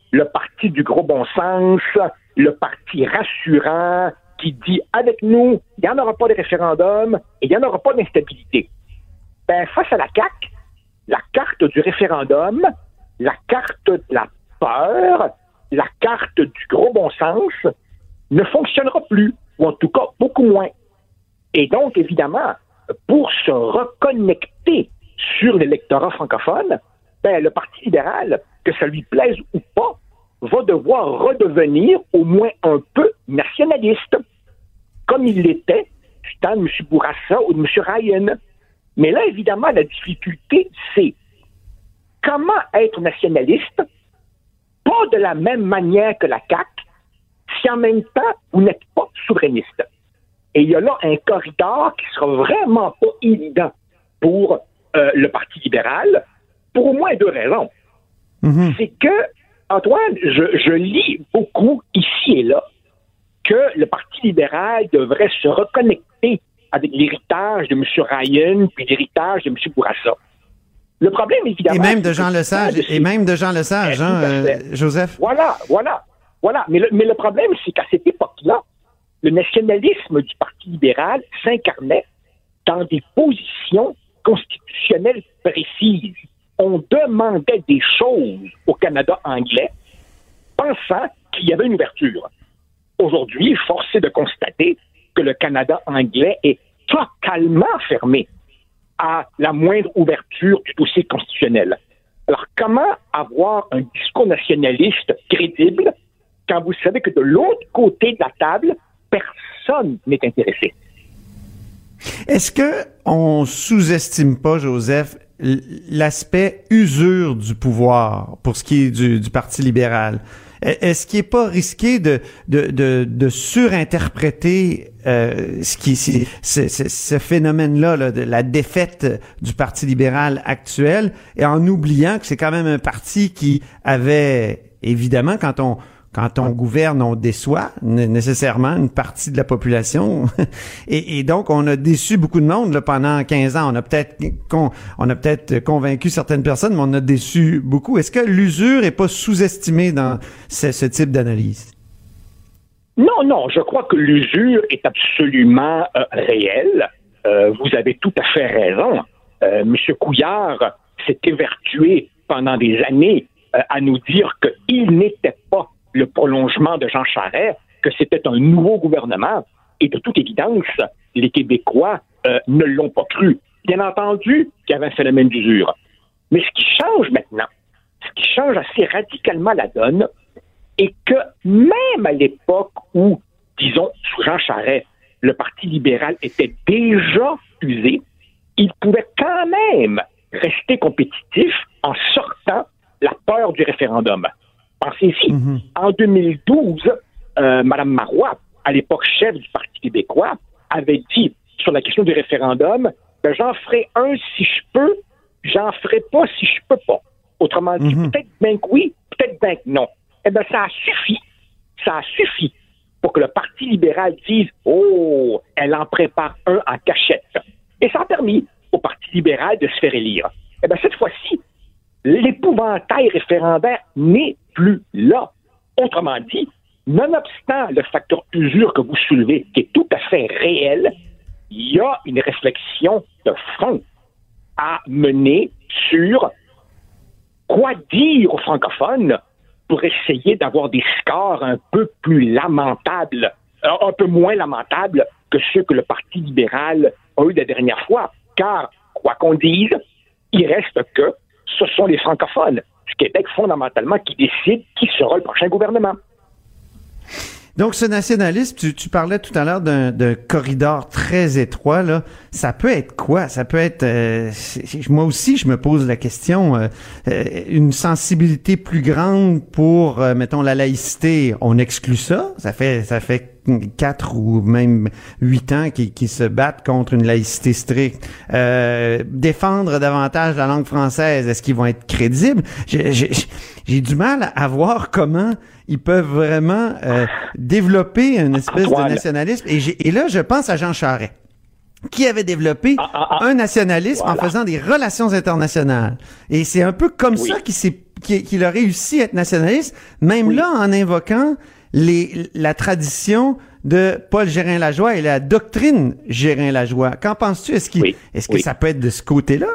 le parti du gros bon sens, le parti rassurant, qui dit avec nous, il n'y en aura pas de référendum et il n'y en aura pas d'instabilité. Ben, face à la CAQ, la carte du référendum, la carte de la peur, la carte du gros bon sens ne fonctionnera plus, ou en tout cas beaucoup moins. Et donc, évidemment, pour se reconnecter sur l'électorat francophone, ben, le Parti libéral, que ça lui plaise ou pas, va devoir redevenir au moins un peu nationaliste, comme il l'était du temps de M. Bourassa ou de M. Ryan. Mais là, évidemment, la difficulté, c'est comment être nationaliste, pas de la même manière que la CAQ, si en même temps, vous n'êtes pas souverainiste. Et il y a là un corridor qui sera vraiment pas évident pour le Parti libéral, pour au moins deux raisons. Mm-hmm. C'est que, Antoine, je lis beaucoup ici et là que le Parti libéral devrait se reconnecter avec l'héritage de M. Ryan puis l'héritage de M. Bourassa. Le problème, évidemment... Et même de Jean Lesage, Joseph. Voilà. Mais le problème, c'est qu'à cette époque-là, le nationalisme du Parti libéral s'incarnait dans des positions constitutionnelles précises. On demandait des choses au Canada anglais, pensant qu'il y avait une ouverture. Aujourd'hui, force est de constater que le Canada anglais est totalement fermé à la moindre ouverture du dossier constitutionnel. Alors, comment avoir un discours nationaliste crédible quand vous savez que de l'autre côté de la table, personne n'est intéressé? Est-ce que on sous-estime pas, Joseph, l'aspect usure du pouvoir pour ce qui est du Parti libéral? Est-ce qu'il n'est pas risqué de surinterpréter ce phénomène-là, là, de la défaite du Parti libéral actuel, et en oubliant que c'est quand même un parti qui avait, évidemment, quand on gouverne, on déçoit nécessairement une partie de la population. et donc, on a déçu beaucoup de monde là, pendant 15 ans. On a peut-être convaincu certaines personnes, mais on a déçu beaucoup. Est-ce que l'usure n'est pas sous-estimée dans ce type d'analyse? Non. Je crois que l'usure est absolument réelle. Vous avez tout à fait raison. M. Couillard s'est évertué pendant des années à nous dire qu'il n'était pas le prolongement de Jean Charest, que c'était un nouveau gouvernement. Et de toute évidence, les Québécois ne l'ont pas cru. Bien entendu qu'il y avait un phénomène d'usure. Mais ce qui change maintenant, ce qui change assez radicalement la donne, est que même à l'époque où, disons, sous Jean Charest, le Parti libéral était déjà usé, il pouvait quand même rester compétitif en sortant la peur du référendum. Pensez-y, en 2012, Mme Marois, à l'époque chef du Parti québécois, avait dit sur la question du référendum, j'en ferai un si je peux, j'en ferai pas si je peux pas. Autrement dit, peut-être bien que oui, peut-être bien que non. Eh bien, ça a suffi pour que le Parti libéral dise « Oh, elle en prépare un en cachette ». Et ça a permis au Parti libéral de se faire élire. Eh bien, cette fois-ci, l'épouvantail référendaire n'est plus là. Autrement dit, nonobstant le facteur usure que vous soulevez, qui est tout à fait réel, il y a une réflexion de fond à mener sur quoi dire aux francophones pour essayer d'avoir des scores un peu plus lamentables, un peu moins lamentables que ceux que le Parti libéral a eu la dernière fois. Car, quoi qu'on dise, il reste que ce sont les francophones du Québec, fondamentalement, qui décident qui sera le prochain gouvernement. Donc, ce nationalisme, tu parlais tout à l'heure d'un corridor très étroit, là. Ça peut être quoi? Ça peut être... moi aussi, je me pose la question. Une sensibilité plus grande pour, mettons, la laïcité. On exclut ça. Ça fait 4 ou même 8 ans qui se battent contre une laïcité stricte. Défendre davantage la langue française, est-ce qu'ils vont être crédibles? J'ai du mal à voir comment ils peuvent vraiment développer une espèce de nationalisme. Et là, je pense à Jean Charest, qui avait développé un nationalisme en faisant des relations internationales. Et c'est un peu comme ça qu'il qu'il a réussi à être nationaliste, même là, en invoquant la tradition de Paul Gérin-Lajoie et la doctrine Gérin-Lajoie. Qu'en penses-tu? Est-ce que ça peut être de ce côté-là?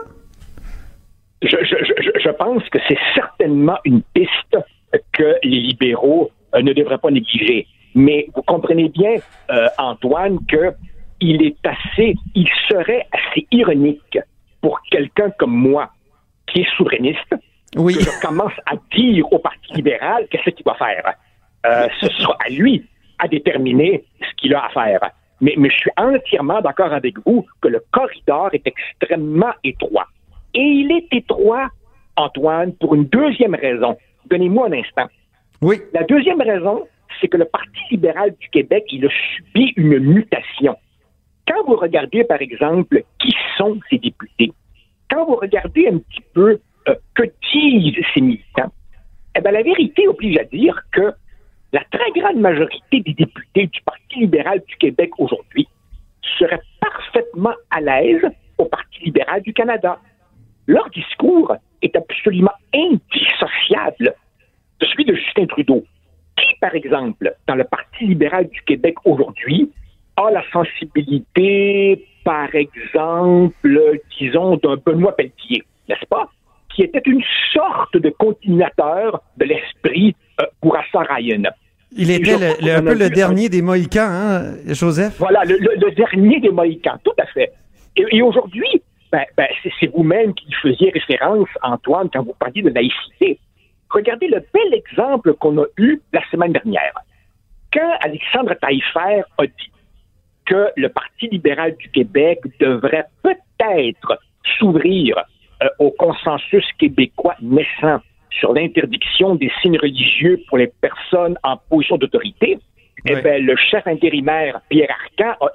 Je pense que c'est certainement une piste que les libéraux ne devraient pas négliger. Mais vous comprenez bien, Antoine, que il serait assez ironique pour quelqu'un comme moi, qui est souverainiste, que je commence à dire au Parti libéral qu'est-ce qu'il va faire. Ce sera à lui à déterminer ce qu'il a à faire. Mais je suis entièrement d'accord avec vous que le corridor est extrêmement étroit. Et il est étroit, Antoine, pour une deuxième raison. Donnez-moi un instant. Oui. La deuxième raison, c'est que le Parti libéral du Québec, il a subi une mutation. Quand vous regardez, par exemple, qui sont ces députés, quand vous regardez un petit peu que disent ces militants, la vérité oblige à dire que la très grande majorité des députés du Parti libéral du Québec aujourd'hui seraient parfaitement à l'aise au Parti libéral du Canada. Leur discours est absolument indissociable de celui de Justin Trudeau, qui, par exemple, dans le Parti libéral du Québec aujourd'hui, a la sensibilité, par exemple, disons, d'un Benoît Pelletier, n'est-ce pas? Qui était une sorte de continuateur de l'esprit Bourassa Ryan. Il était un peu le dernier des Mohicans, hein, Joseph? Voilà, le dernier des Mohicans, tout à fait. Et aujourd'hui, c'est vous-même qui y faisiez référence, Antoine, quand vous parliez de laïcité. Regardez le bel exemple qu'on a eu la semaine dernière. Quand Alexandre Taillefer a dit que le Parti libéral du Québec devrait peut-être s'ouvrir au consensus québécois naissant sur l'interdiction des signes religieux pour les personnes en position d'autorité, le chef intérimaire Pierre Arcan a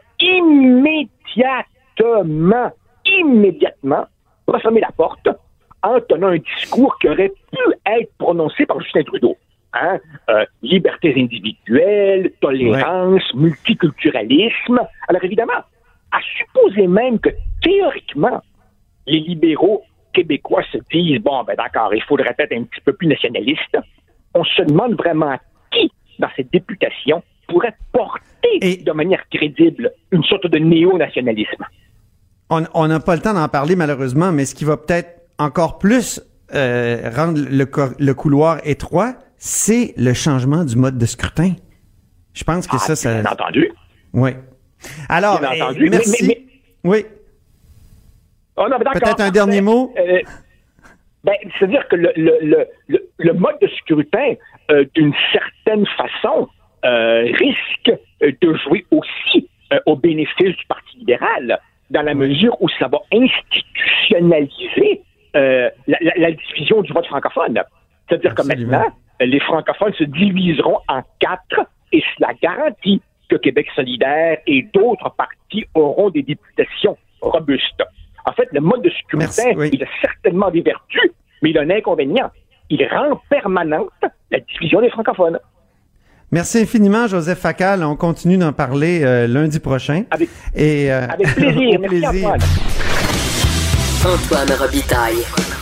immédiatement refermé la porte en tenant un discours qui aurait pu être prononcé par Justin Trudeau. Libertés individuelles, tolérance, multiculturalisme. Alors évidemment, à supposer même que théoriquement, les libéraux québécois se disent, d'accord, il faudrait être un petit peu plus nationaliste. On se demande vraiment qui, dans cette députation, pourrait porter de manière crédible une sorte de néo-nationalisme. On n'a pas le temps d'en parler, malheureusement, mais ce qui va peut-être encore plus rendre le couloir étroit, c'est le changement du mode de scrutin. Je pense que ça... Bien entendu. Oui. Alors, bien entendu. merci. Oui. Oh non, peut-être un dernier mot? C'est-à-dire que le mode de scrutin, d'une certaine façon, risque de jouer aussi au bénéfice du Parti libéral, dans la mesure où ça va institutionnaliser la division du vote francophone. C'est-à-dire que maintenant, les francophones se diviseront en 4 et cela garantit que Québec solidaire et d'autres partis auront des députations robustes. En fait, le mode de scrutin, il a certainement des vertus, mais il a un inconvénient. Il rend permanente la division des francophones. Merci infiniment, Joseph Facal. On continue d'en parler lundi prochain. Avec plaisir. Merci, Antoine. Antoine Robitaille.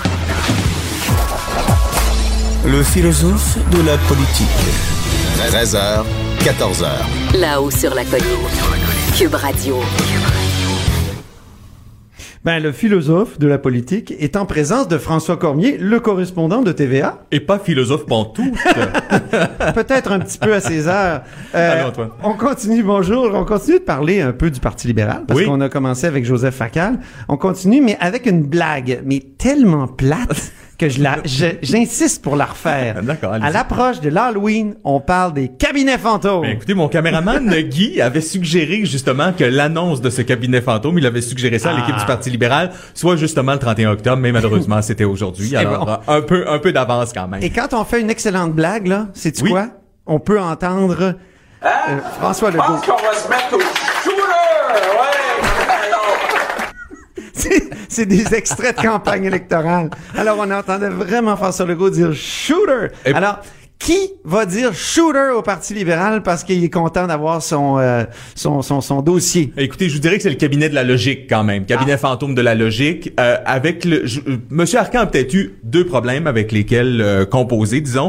Le philosophe de la politique. 13h, 14h. Là-haut sur la colline. Cube Radio. Le philosophe de la politique est en présence de François Cormier, le correspondant de TVA. Et pas philosophe pantoute. Peut-être un petit peu à ses heures. Allô, Antoine. On continue de parler un peu du Parti libéral, parce qu'on a commencé avec Joseph Facal. On continue, mais avec une blague, mais tellement plate que j'insiste pour la refaire. D'accord, à l'approche de l'Halloween, on parle des cabinets fantômes. Écoutez, mon caméraman Guy avait suggéré justement que l'annonce de ce cabinet fantôme, il avait suggéré ça à l'équipe du Parti libéral, soit justement le 31 octobre, mais malheureusement c'était aujourd'hui. Alors un peu d'avance quand même. Et quand on fait une excellente blague, là, sais-tu quoi? On peut entendre François Legault. Je pense qu'on va se mettre au shooter! Ouais! C'est des extraits de campagne électorale. Alors, on entendait vraiment François Legault dire « shooter ». Alors, Qui va dire shooter au Parti libéral parce qu'il est content d'avoir son dossier? Écoutez, je vous dirais que c'est le cabinet de la logique quand même. Cabinet fantôme de la logique. Avec Monsieur Arcan a peut-être eu 2 problèmes avec lesquels composer, disons.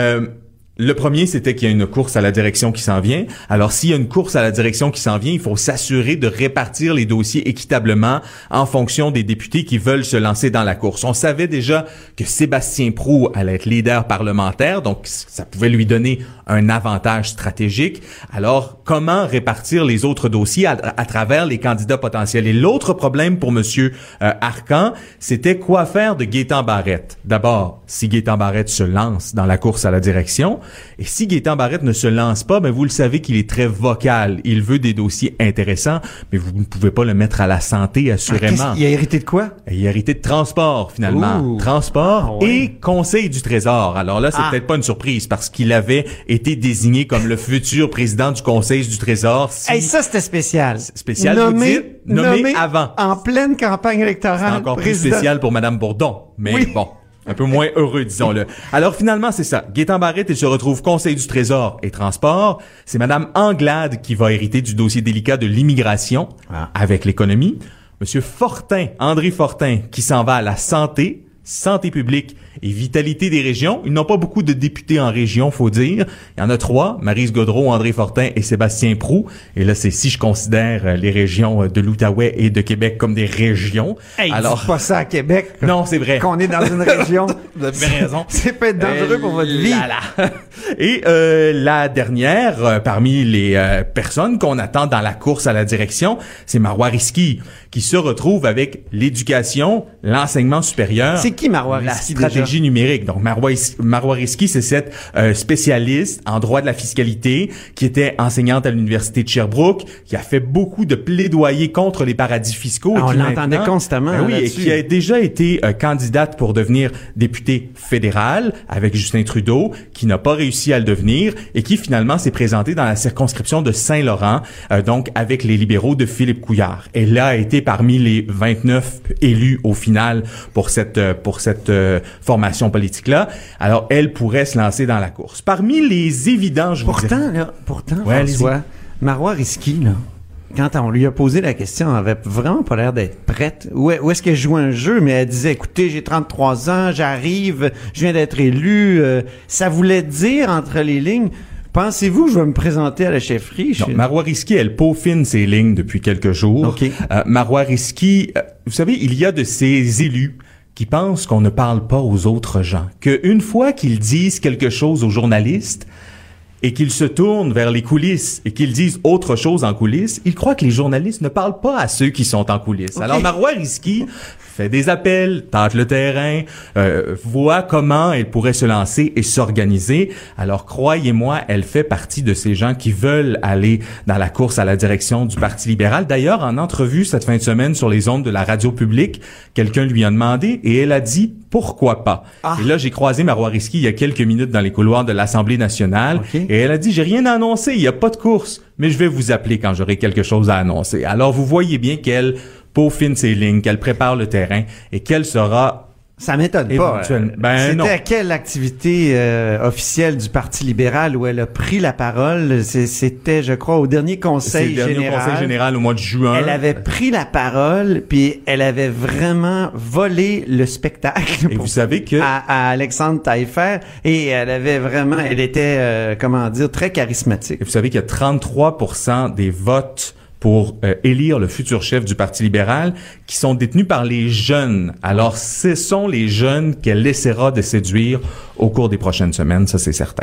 Le premier, c'était qu'il y a une course à la direction qui s'en vient. Alors, s'il y a une course à la direction qui s'en vient, il faut s'assurer de répartir les dossiers équitablement en fonction des députés qui veulent se lancer dans la course. On savait déjà que Sébastien Proulx allait être leader parlementaire, donc ça pouvait lui donner un avantage stratégique. Alors, comment répartir les autres dossiers à travers les candidats potentiels? Et l'autre problème pour Monsieur Arcan, c'était quoi faire de Gaétan Barrette. D'abord, si Gaétan Barrette se lance dans la course à la direction, et si Gaétan Barrette ne se lance pas, ben vous le savez qu'il est très vocal. Il veut des dossiers intéressants, mais vous ne pouvez pas le mettre à la santé, assurément. Il a hérité de quoi? Il a hérité de transport, finalement. Ouh. Transport et Conseil du Trésor. Alors là, c'est peut-être pas une surprise parce qu'il avait été désigné comme le futur président du Conseil du Trésor. Hey, ça, c'était spécial. Spécial, nommé avant. En pleine campagne électorale. C'est encore plus spécial pour Madame Bourdon. Mais bon. Un peu moins heureux, disons-le. Alors finalement, c'est ça. Gaétan Barrette, il se retrouve Conseil du Trésor et Transport. C'est Madame Anglade qui va hériter du dossier délicat de l'immigration avec l'économie. Monsieur Fortin, André Fortin, qui s'en va à la santé publique et vitalité des régions. Ils n'ont pas beaucoup de députés en région, faut dire. Il y en a 3, Maryse Gaudreault, André Fortin et Sébastien Proulx. Et là, c'est si je considère les régions de l'Outaouais et de Québec comme des régions. Hey, alors, dis pas ça à Québec. Non, c'est vrai. Qu'on est dans une région. Vous avez bien raison. C'est peut être dangereux pour votre vie. Et la dernière, parmi les personnes qu'on attend dans la course à la direction, c'est Marois Risky, qui se retrouve avec l'éducation, l'enseignement supérieur. C'est qui Marois Risky? La stratégie numérique. Donc, Marois Risky, c'est cette spécialiste en droit de la fiscalité qui était enseignante à l'Université de Sherbrooke, qui a fait beaucoup de plaidoyer contre les paradis fiscaux. On l'entendait constamment. Oui, et qui a déjà été candidate pour devenir députée fédérale avec Justin Trudeau, qui n'a pas réussi à le devenir et qui finalement s'est présentée dans la circonscription de Saint-Laurent, donc avec les libéraux de Philippe Couillard. Elle a été parmi les 29 élus au final pour cette formation politique-là. Alors, elle pourrait se lancer dans la course. Parmi les évidents, Pourtant, François, Marois Risky, là, quand on lui a posé la question, elle avait vraiment pas l'air d'être prête. Où est-ce qu'elle jouait un jeu? Mais elle disait, écoutez, j'ai 33 ans, j'arrive, je viens d'être élu. Ça voulait dire, entre les lignes, pensez-vous que je vais me présenter à la chefferie? Non, Marois Risky, elle peaufine ses lignes depuis quelques jours. Okay. Marois Risky, vous savez, il y a de ces élus qui pensent qu'on ne parle pas aux autres gens. Qu'une fois qu'ils disent quelque chose aux journalistes et qu'ils se tournent vers les coulisses et qu'ils disent autre chose en coulisses, ils croient que les journalistes ne parlent pas à ceux qui sont en coulisses. Okay. Alors, Marois Risky fait des appels, tâte le terrain, voit comment elle pourrait se lancer et s'organiser. Alors, croyez-moi, elle fait partie de ces gens qui veulent aller dans la course à la direction du Parti libéral. D'ailleurs, en entrevue cette fin de semaine sur les ondes de la radio publique, quelqu'un lui a demandé et elle a dit « Pourquoi pas? » Et là, j'ai croisé Marois Risky il y a quelques minutes dans les couloirs de l'Assemblée nationale et elle a dit « J'ai rien à annoncer, il n'y a pas de course, mais je vais vous appeler quand j'aurai quelque chose à annoncer. » Alors, vous voyez bien qu'elle peaufine ses lignes, qu'elle prépare le terrain et qu'elle sera... Ça m'étonne pas. C'était à quelle activité officielle du Parti libéral où elle a pris la parole? C'était, je crois, au dernier conseil général. Dernier conseil général au mois de juin. Elle avait pris la parole, puis elle avait vraiment volé le spectacle. Et vous savez que... À Alexandre Taillefer. Et elle était, très charismatique. Et vous savez qu'il y a 33% des votes pour élire le futur chef du Parti libéral, qui sont détenus par les jeunes. Alors, ce sont les jeunes qu'elle essaiera de séduire au cours des prochaines semaines, ça c'est certain.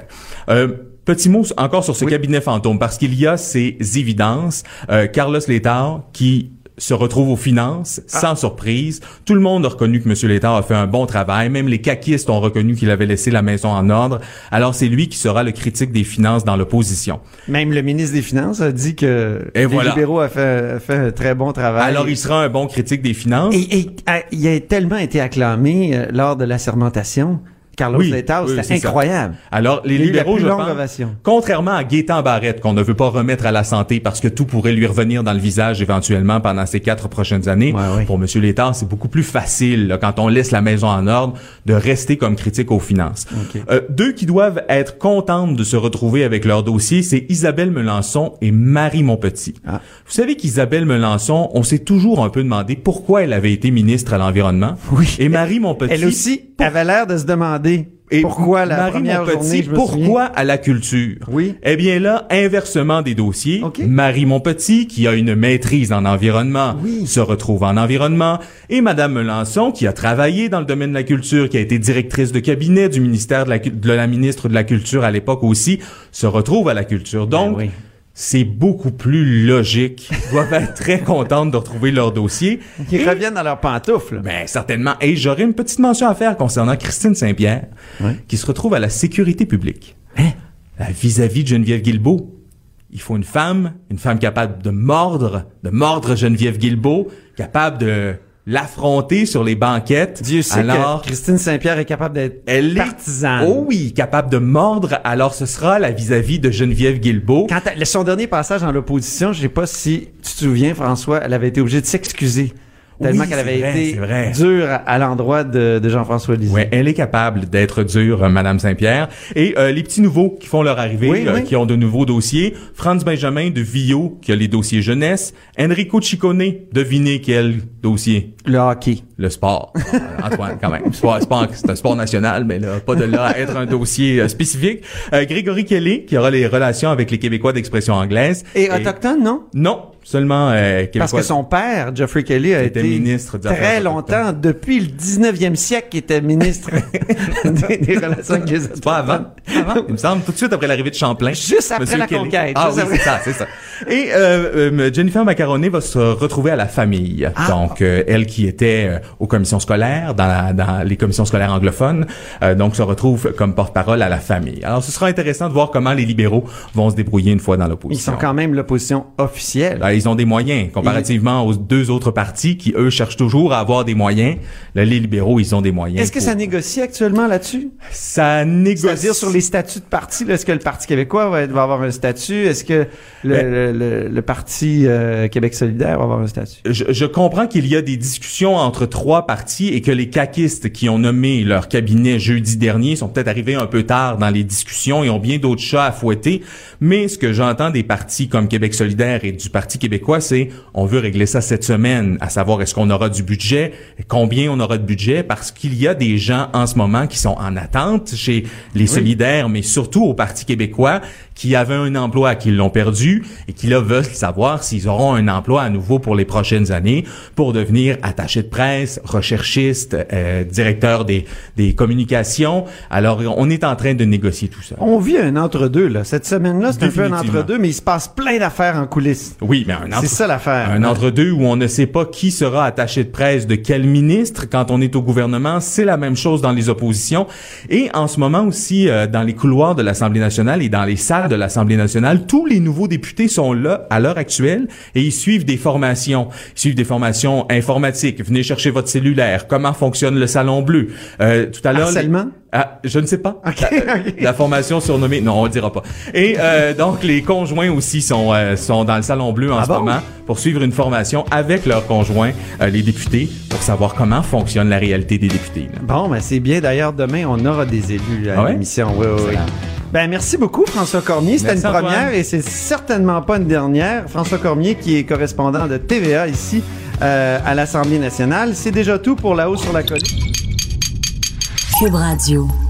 Petit mot encore sur ce cabinet fantôme, parce qu'il y a ces évidences. Carlos Letao, qui se retrouve aux finances, sans surprise. Tout le monde a reconnu que M. Letao a fait un bon travail. Même les caquistes ont reconnu qu'il avait laissé la maison en ordre. Alors, c'est lui qui sera le critique des finances dans l'opposition. Même le ministre des Finances a dit que les libéraux a fait un très bon travail. Alors, il sera un bon critique des finances. Et il a tellement été acclamé lors de la sermentation Carlos Letao, c'était incroyable. Ça. Alors, les libéraux, je pense, contrairement à Gaétan Barrette, qu'on ne veut pas remettre à la santé parce que tout pourrait lui revenir dans le visage éventuellement pendant ces 4 prochaines années, pour M. Letao, c'est beaucoup plus facile, là, quand on laisse la maison en ordre, de rester comme critique aux finances. Deux qui doivent être contentes de se retrouver avec leur dossier, c'est Isabelle Melançon et Marie Montpetit. Vous savez qu'Isabelle Melançon, on s'est toujours un peu demandé pourquoi elle avait été ministre à l'Environnement. Et Marie Montpetit... Elle aussi avait l'air de se demander et pourquoi la Marie première Montpetit, journée, je me pourquoi souviens. à la culture? Oui. Eh bien là, inversement des dossiers, Marie Montpetit, qui a une maîtrise en environnement, se retrouve en environnement, et Madame Melançon, qui a travaillé dans le domaine de la culture, qui a été directrice de cabinet du ministère de la ministre de la Culture à l'époque aussi, se retrouve à la culture. Donc, c'est beaucoup plus logique. Ils doivent être très contentes de retrouver leur dossier. Ils reviennent dans leurs pantoufles. Ben, certainement. Et j'aurais une petite mention à faire concernant Christine Saint-Pierre, qui se retrouve à la sécurité publique. Vis-à-vis de Geneviève Guilbeault. Il faut une femme capable de mordre Geneviève Guilbeault, capable de l'affronter sur les banquettes. Dieu sait que Christine Saint-Pierre est capable d'être partisane. Oh oui, capable de mordre. Alors, ce sera la vis-à-vis de Geneviève Guilbeault. Quand son dernier passage dans l'opposition, je sais pas si tu te souviens, François, elle avait été obligée de s'excuser. Tellement qu'elle avait été dure à l'endroit de Jean-François Lisée. Oui, elle est capable d'être dure, Madame Saint-Pierre. Et les petits nouveaux qui font leur arrivée, qui ont de nouveaux dossiers. Franz Benjamin de Villot, qui a les dossiers jeunesse. Enrico Ciccone, devinez quel dossier? Le hockey. Le sport. Antoine, quand même. C'est un sport national, mais là, pas de là à être un dossier spécifique. Grégory Kelly, qui aura les relations avec les Québécois d'expression anglaise. Et autochtone, non? Non. Seulement Québécois. Parce que son père, Geoffrey Kelly, a été ministre très longtemps, depuis le 19e siècle, il était ministre des relations avec les C'est pas avant. Il me semble, tout de suite après l'arrivée de Champlain. Juste après la conquête. Ah oui, c'est ça. Et Jennifer Macaroni va se retrouver à la famille. Donc, elle qui était aux commissions scolaires, dans les commissions scolaires anglophones, donc se retrouve comme porte-parole à la famille. Alors, ce sera intéressant de voir comment les libéraux vont se débrouiller une fois dans l'opposition. Ils sont quand même l'opposition officielle. Ils ont des moyens, comparativement aux deux autres partis qui, eux, cherchent toujours à avoir des moyens. Là, les libéraux, ils ont des moyens. Est-ce que ça négocie actuellement là-dessus? Ça négocie. C'est-à-dire sur les statuts de parti, là, est-ce que le Parti québécois va avoir un statut? Est-ce que le Parti Québec solidaire va avoir un statut? Je comprends qu'il y a des discussions entre 3 partis et que les caquistes qui ont nommé leur cabinet jeudi dernier sont peut-être arrivés un peu tard dans les discussions et ont bien d'autres chats à fouetter. Mais ce que j'entends des partis comme Québec solidaire et du Parti québécois, c'est on veut régler ça cette semaine, à savoir est-ce qu'on aura du budget, combien on aura de budget, parce qu'il y a des gens en ce moment qui sont en attente chez les solidaires, mais surtout au Parti québécois, qui avaient un emploi, qui l'ont perdu, et qui là veulent savoir s'ils auront un emploi à nouveau pour les prochaines années, pour devenir attachés de presse, recherchistes, directeurs des communications. Alors, on est en train de négocier tout ça. On vit un entre-deux, là. Cette semaine-là, c'est un peu un entre-deux, mais il se passe plein d'affaires en coulisses. Oui, mais c'est ça l'affaire. Un entre-deux où on ne sait pas qui sera attaché de presse de quel ministre quand on est au gouvernement. C'est la même chose dans les oppositions. Et en ce moment aussi, dans les couloirs de l'Assemblée nationale et dans les salles de l'Assemblée nationale, tous les nouveaux députés sont là à l'heure actuelle et ils suivent des formations. Ils suivent des formations informatiques. Venez chercher votre cellulaire. Comment fonctionne le Salon Bleu. Tout à l'heure... Harcèlement? Je ne sais pas. La formation surnommée... Non, on le dira pas. Et donc, les conjoints aussi sont dans le Salon Bleu en ce moment pour suivre une formation avec leurs conjoints, les députés, pour savoir comment fonctionne la réalité des députés. Là. Bon, ben c'est bien. D'ailleurs, demain, on aura des élus à l'émission. Oui. Ben, merci beaucoup, François Cormier. C'était une première et c'est certainement pas une dernière. François Cormier, qui est correspondant de TVA ici à l'Assemblée nationale. C'est déjà tout pour La Haut sur la Colline. Cube Radio.